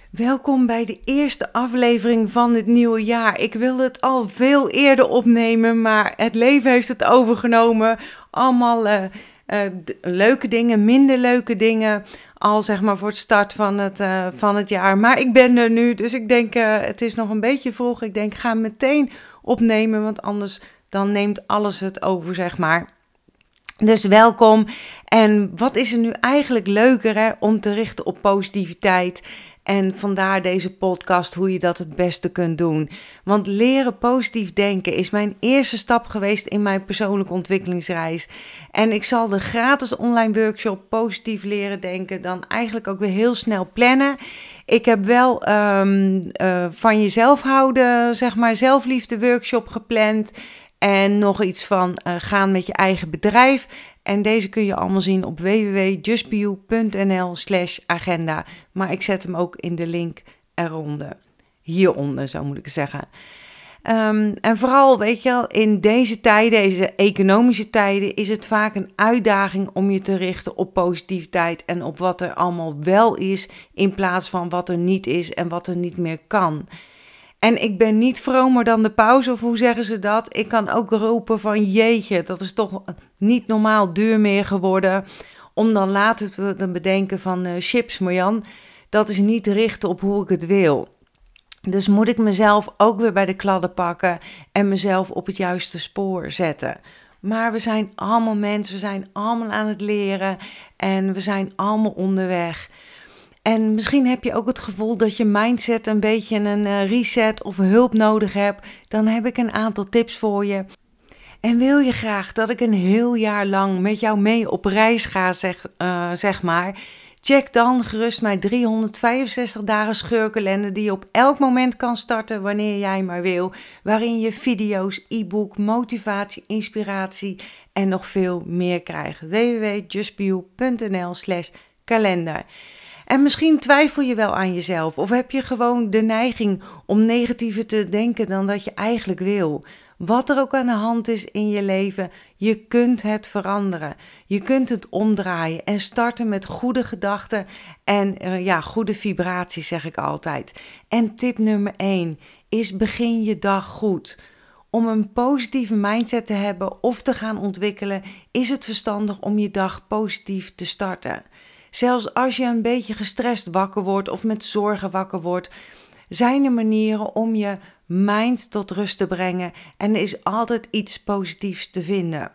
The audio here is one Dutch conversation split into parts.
Welkom bij de eerste aflevering van het nieuwe jaar. Ik wilde het al veel eerder opnemen, maar het leven heeft het overgenomen. Allemaal leuke dingen, minder leuke dingen, al zeg maar voor het start van het jaar. Maar ik ben er nu, dus ik denk het is nog een beetje vroeg. Ik denk ga meteen opnemen, want anders dan neemt alles het over, zeg maar. Dus welkom. En wat is er nu eigenlijk leuker om te richten op positiviteit? En vandaar deze podcast, hoe je dat het beste kunt doen. Want leren positief denken is mijn eerste stap geweest in mijn persoonlijke ontwikkelingsreis. En ik zal de gratis online workshop Positief Leren Denken dan eigenlijk ook weer heel snel plannen. Ik heb wel van jezelf houden, zeg maar, zelfliefde workshop gepland. En nog iets van gaan met je eigen bedrijf. En deze kun je allemaal zien op www.justbeyou.nl/agenda. Maar ik zet hem ook in de link eronder. Hieronder, zo moet ik zeggen. En vooral, weet je wel, in deze tijden, deze economische tijden, is het vaak een uitdaging om je te richten op positiviteit en op wat er allemaal wel is, in plaats van wat er niet is en wat er niet meer kan. En ik ben niet vromer dan de paus, of hoe zeggen ze dat? Ik kan ook roepen van jeetje, dat is toch niet normaal duur meer geworden. Om dan later te bedenken van chips, Marjan, dat is niet richten op hoe ik het wil. Dus moet ik mezelf ook weer bij de kladden pakken en mezelf op het juiste spoor zetten. Maar we zijn allemaal mensen, we zijn allemaal aan het leren en we zijn allemaal onderweg. En misschien heb je ook het gevoel dat je mindset een beetje een reset of hulp nodig hebt. Dan heb ik een aantal tips voor je. En wil je graag dat ik een heel jaar lang met jou mee op reis ga, zeg maar. Check dan gerust mijn 365 dagen scheurkalender die je op elk moment kan starten wanneer jij maar wil. Waarin je video's, e-book, motivatie, inspiratie en nog veel meer krijgt. www.justbeyou.nl/kalender. En misschien twijfel je wel aan jezelf of heb je gewoon de neiging om negatiever te denken dan dat je eigenlijk wil. Wat er ook aan de hand is in je leven, je kunt het veranderen. Je kunt het omdraaien en starten met goede gedachten en goede vibraties, zeg ik altijd. En tip nummer 1 is begin je dag goed. Om een positieve mindset te hebben of te gaan ontwikkelen, is het verstandig om je dag positief te starten. Zelfs als je een beetje gestrest wakker wordt of met zorgen wakker wordt, zijn er manieren om je mind tot rust te brengen en er is altijd iets positiefs te vinden.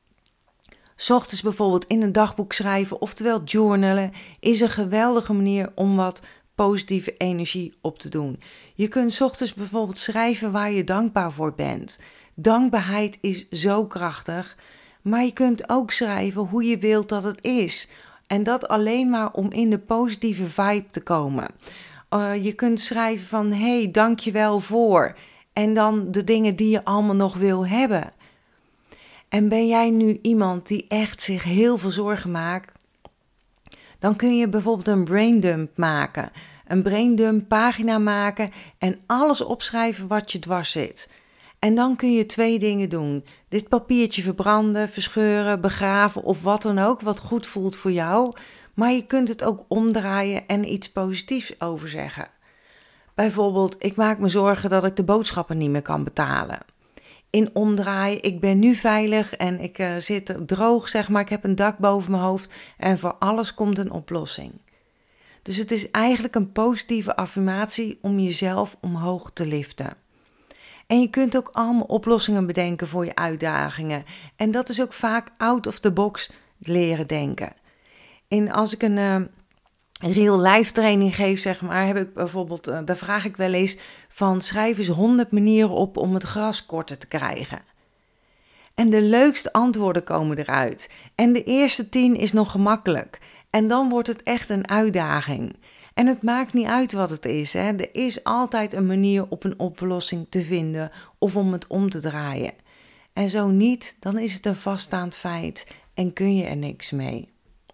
's Ochtends bijvoorbeeld in een dagboek schrijven, oftewel journalen, is een geweldige manier om wat positieve energie op te doen. Je kunt 's ochtends bijvoorbeeld schrijven waar je dankbaar voor bent. Dankbaarheid is zo krachtig, maar je kunt ook schrijven hoe je wilt dat het is. En dat alleen maar om in de positieve vibe te komen. Je kunt schrijven van, hey, dank je wel voor. En dan de dingen die je allemaal nog wil hebben. En ben jij nu iemand die echt zich heel veel zorgen maakt? Dan kun je bijvoorbeeld een braindump maken. Een braindump pagina maken en alles opschrijven wat je dwars zit. En dan kun je 2 dingen doen. Dit papiertje verbranden, verscheuren, begraven of wat dan ook, wat goed voelt voor jou. Maar je kunt het ook omdraaien en iets positiefs over zeggen. Bijvoorbeeld, ik maak me zorgen dat ik de boodschappen niet meer kan betalen. In omdraaien, ik ben nu veilig en ik zit droog, zeg maar. Ik heb een dak boven mijn hoofd en voor alles komt een oplossing. Dus het is eigenlijk een positieve affirmatie om jezelf omhoog te liften. En je kunt ook allemaal oplossingen bedenken voor je uitdagingen. En dat is ook vaak out of the box leren denken. Als ik een real life training geef, zeg maar, heb ik bijvoorbeeld, daar vraag ik wel eens van schrijf eens 100 manieren op om het gras korter te krijgen. En de leukste antwoorden komen eruit. En de eerste 10 is nog gemakkelijk. En dan wordt het echt een uitdaging. En het maakt niet uit wat het is. Er is altijd een manier op een oplossing te vinden of om het om te draaien. En zo niet, dan is het een vaststaand feit en kun je er niks mee.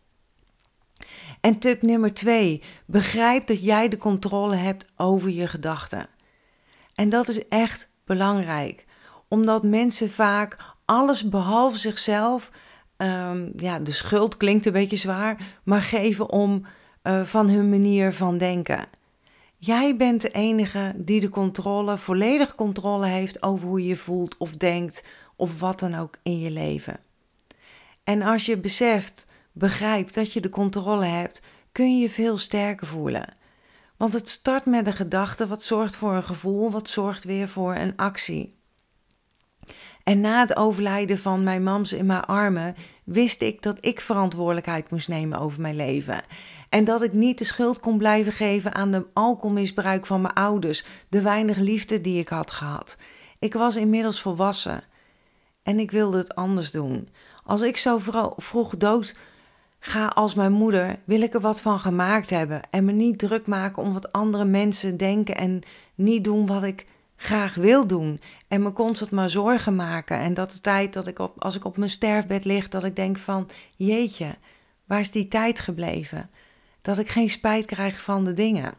En tip nummer 2, begrijp dat jij de controle hebt over je gedachten. En dat is echt belangrijk, omdat mensen vaak alles behalve zichzelf, de schuld klinkt een beetje zwaar, maar geven om van hun manier van denken. Jij bent de enige die volledige controle heeft over hoe je voelt of denkt of wat dan ook in je leven. En als je begrijpt dat je de controle hebt, kun je je veel sterker voelen. Want het start met een gedachte, wat zorgt voor een gevoel, wat zorgt weer voor een actie. En na het overlijden van mijn mams in mijn armen, wist ik dat ik verantwoordelijkheid moest nemen over mijn leven. En dat ik niet de schuld kon blijven geven aan de alcoholmisbruik van mijn ouders, de weinig liefde die ik had gehad. Ik was inmiddels volwassen en ik wilde het anders doen. Als ik zo vroeg dood ga als mijn moeder, wil ik er wat van gemaakt hebben en me niet druk maken om wat andere mensen denken en niet doen wat ik graag wil doen. En me constant maar zorgen maken. En dat de tijd dat als ik op mijn sterfbed lig, dat ik denk van, jeetje, waar is die tijd gebleven? Dat ik geen spijt krijg van de dingen.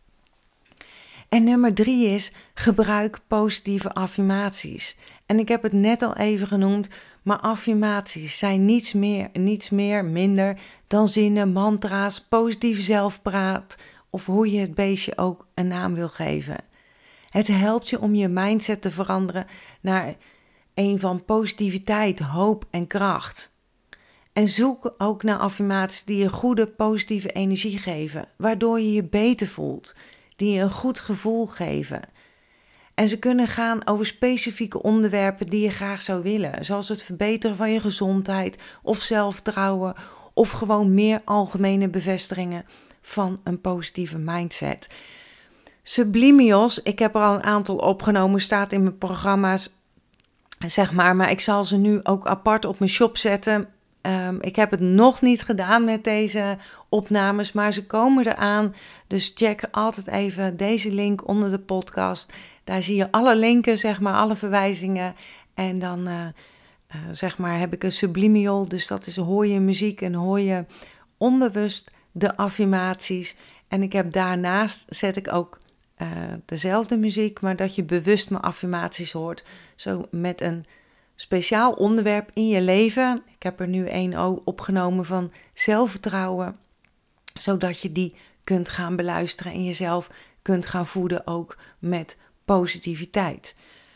En nummer 3 is, gebruik positieve affirmaties. En ik heb het net al even genoemd, maar affirmaties zijn niets minder dan zinnen, mantra's, positieve zelfpraat of hoe je het beestje ook een naam wil geven. Het helpt je om je mindset te veranderen naar een van positiviteit, hoop en kracht. En zoek ook naar affirmaties die je goede, positieve energie geven, waardoor je je beter voelt, die je een goed gevoel geven. En ze kunnen gaan over specifieke onderwerpen die je graag zou willen, zoals het verbeteren van je gezondheid of zelfvertrouwen of gewoon meer algemene bevestigingen van een positieve mindset. Sublimios, ik heb er al een aantal opgenomen, staat in mijn programma's, zeg maar ik zal ze nu ook apart op mijn shop zetten. Ik heb het nog niet gedaan met deze opnames, maar ze komen eraan. Dus check altijd even deze link onder de podcast. Daar zie je alle linken, zeg maar, alle verwijzingen. En dan heb ik een sublimial, dus dat is hoor je muziek en hoor je onbewust de affirmaties. En ik heb daarnaast zet ik ook dezelfde muziek, maar dat je bewust mijn affirmaties hoort. Zo met een speciaal onderwerp in je leven. Ik heb er nu één opgenomen van zelfvertrouwen, zodat je die kunt gaan beluisteren en jezelf kunt gaan voeden ook met positiviteit.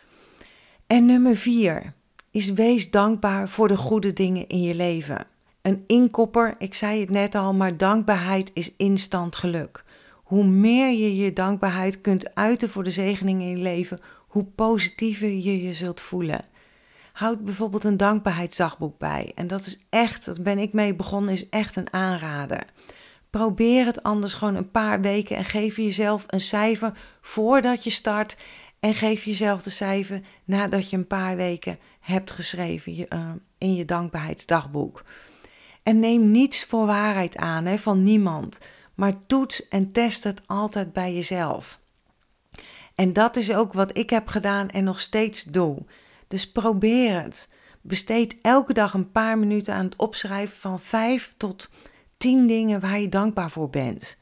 En nummer 4 is wees dankbaar voor de goede dingen in je leven. Een inkopper, ik zei het net al, maar dankbaarheid is instant geluk. Hoe meer je je dankbaarheid kunt uiten voor de zegeningen in je leven, hoe positiever je je zult voelen. Houd bijvoorbeeld een dankbaarheidsdagboek bij. En dat is echt, dat ben ik mee begonnen, is echt een aanrader. Probeer het anders gewoon een paar weken en geef jezelf een cijfer voordat je start. En geef jezelf de cijfer nadat je een paar weken hebt geschreven in je dankbaarheidsdagboek. En neem niets voor waarheid aan van niemand. Maar toets en test het altijd bij jezelf. En dat is ook wat ik heb gedaan en nog steeds doe. Dus probeer het. Besteed elke dag een paar minuten aan het opschrijven van 5 tot 10 dingen waar je dankbaar voor bent.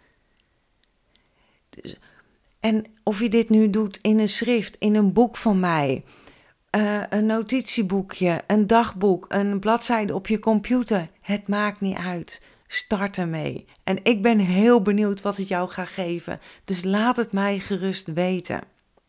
Dus, en of je dit nu doet in een schrift, in een boek van mij, een notitieboekje, een dagboek, een bladzijde op je computer. Het maakt niet uit. Start ermee. En ik ben heel benieuwd wat het jou gaat geven. Dus laat het mij gerust weten.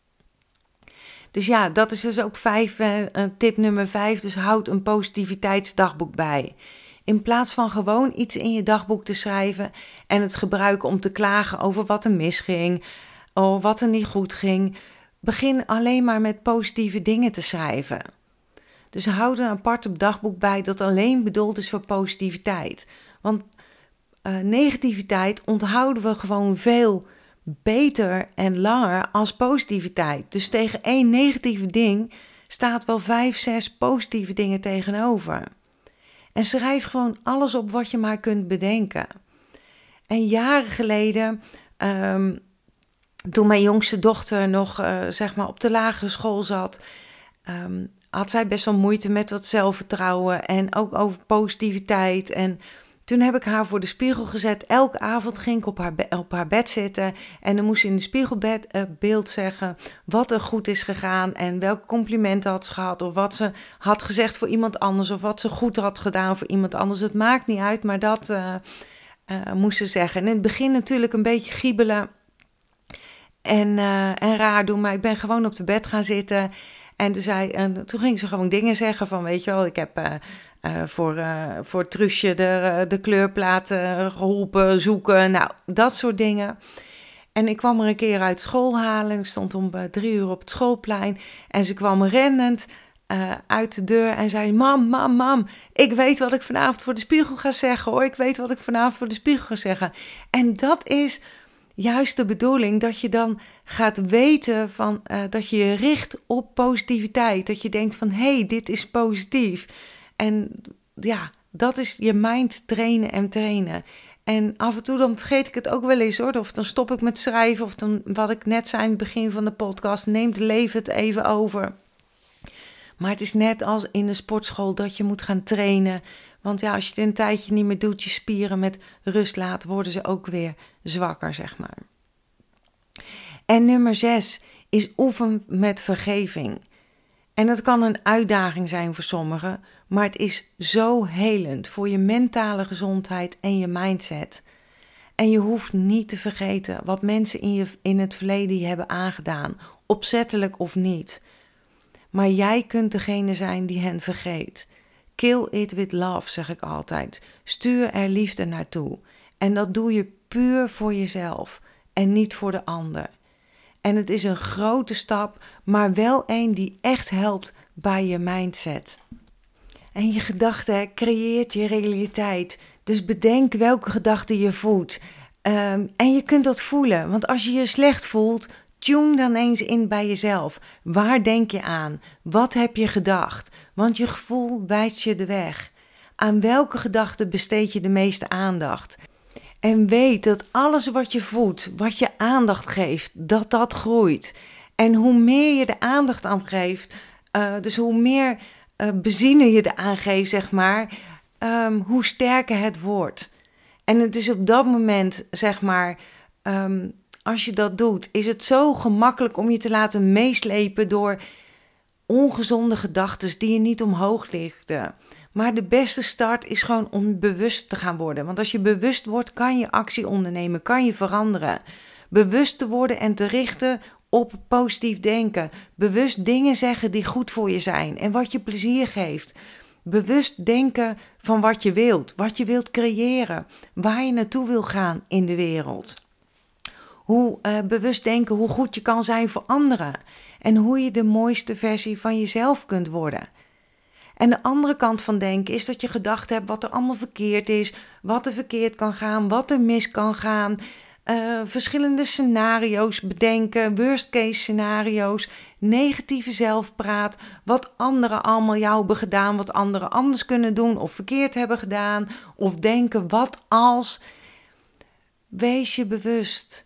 Dus ja, dat is dus ook tip nummer 5. Dus houd een positiviteitsdagboek bij. In plaats van gewoon iets in je dagboek te schrijven en het gebruiken om te klagen over wat er misging of wat er niet goed ging, begin alleen maar met positieve dingen te schrijven. Dus houd een apart dagboek bij dat alleen bedoeld is voor positiviteit. Want negativiteit onthouden we gewoon veel beter en langer als positiviteit. Dus tegen 1 negatieve ding staat wel 5, 6 positieve dingen tegenover. En schrijf gewoon alles op wat je maar kunt bedenken. En jaren geleden, toen mijn jongste dochter nog op de lagere school zat, had zij best wel moeite met wat zelfvertrouwen en ook over positiviteit. En toen heb ik haar voor de spiegel gezet. Elke avond ging ik op haar bed zitten en dan moest ze in de spiegelbeeld zeggen wat er goed is gegaan en welke complimenten had ze gehad of wat ze had gezegd voor iemand anders of wat ze goed had gedaan voor iemand anders. Het maakt niet uit, maar dat moest ze zeggen. En in het begin natuurlijk een beetje giebelen. en raar doen. Maar ik ben gewoon op de bed gaan zitten. En toen ging ze gewoon dingen zeggen van, weet je wel, ik heb voor Truusje de kleurplaat geholpen, zoeken. Nou, dat soort dingen. En ik kwam er een keer uit school halen. Ik stond om 3 uur op het schoolplein. En ze kwam rennend uit de deur en zei, mam, ik weet wat ik vanavond voor de spiegel ga zeggen, hoor. Ik weet wat ik vanavond voor de spiegel ga zeggen. En dat is juist de bedoeling, dat je dan gaat weten dat je je richt op positiviteit. Dat je denkt van, hé, dit is positief. En ja, dat is je mind trainen. En af en toe dan vergeet ik het ook wel eens, hoor. Of dan stop ik met schrijven, of dan, wat ik net zei in het begin van de podcast, neemt het leven het even over. Maar het is net als in de sportschool dat je moet gaan trainen. Want ja, als je het een tijdje niet meer doet, je spieren met rust laat, worden ze ook weer zwakker, zeg maar. En nummer 6 is oefen met vergeving. En dat kan een uitdaging zijn voor sommigen, maar het is zo helend voor je mentale gezondheid en je mindset. En je hoeft niet te vergeten wat mensen in het verleden je hebben aangedaan, opzettelijk of niet. Maar jij kunt degene zijn die hen vergeet. Kill it with love, zeg ik altijd. Stuur er liefde naartoe. En dat doe je puur voor jezelf en niet voor de ander. En het is een grote stap, maar wel een die echt helpt bij je mindset. En je gedachte creëert je realiteit. Dus bedenk welke gedachte je voelt. En je kunt dat voelen, want als je je slecht voelt, tune dan eens in bij jezelf. Waar denk je aan? Wat heb je gedacht? Want je gevoel wijst je de weg. Aan welke gedachte besteed je de meeste aandacht? En weet dat alles wat je voelt, wat je aandacht geeft, dat groeit. En hoe meer je de aandacht aan geeft, dus hoe meer benzine je eraan geeft, zeg maar, hoe sterker het wordt. En het is op dat moment, zeg maar, als je dat doet, is het zo gemakkelijk om je te laten meeslepen door ongezonde gedachten die je niet omhoog lichten. Maar de beste start is gewoon om bewust te gaan worden. Want als je bewust wordt, kan je actie ondernemen, kan je veranderen. Bewust te worden en te richten op positief denken. Bewust dingen zeggen die goed voor je zijn en wat je plezier geeft. Bewust denken van wat je wilt creëren, waar je naartoe wil gaan in de wereld. Bewust denken hoe goed je kan zijn voor anderen en hoe je de mooiste versie van jezelf kunt worden. En de andere kant van denken is dat je gedacht hebt wat er allemaal verkeerd is, wat er verkeerd kan gaan, wat er mis kan gaan. Verschillende scenario's bedenken, worst case scenario's, negatieve zelfpraat, wat anderen allemaal jou hebben gedaan, wat anderen anders kunnen doen of verkeerd hebben gedaan, of denken wat als. Wees je bewust.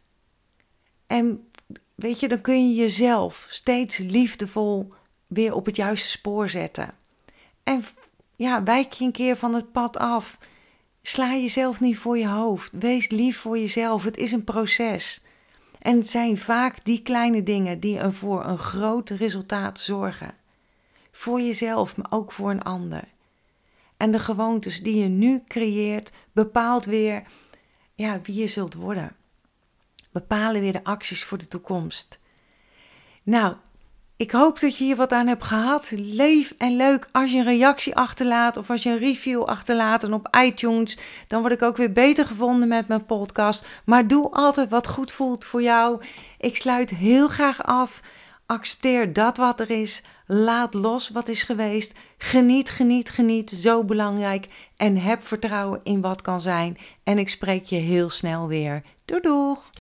En weet je, dan kun je jezelf steeds liefdevol weer op het juiste spoor zetten. En ja, wijk je een keer van het pad af. Sla jezelf niet voor je hoofd. Wees lief voor jezelf. Het is een proces. En het zijn vaak die kleine dingen die voor een groot resultaat zorgen. Voor jezelf, maar ook voor een ander. En de gewoontes die je nu creëert, bepaalt weer wie je zult worden. Bepalen weer de acties voor de toekomst. Nou, ik hoop dat je hier wat aan hebt gehad. Leef en leuk als je een reactie achterlaat of als je een review achterlaat en op iTunes. Dan word ik ook weer beter gevonden met mijn podcast. Maar doe altijd wat goed voelt voor jou. Ik sluit heel graag af. Accepteer dat wat er is. Laat los wat is geweest. Geniet. Zo belangrijk. En heb vertrouwen in wat kan zijn. En ik spreek je heel snel weer. Doei doeg!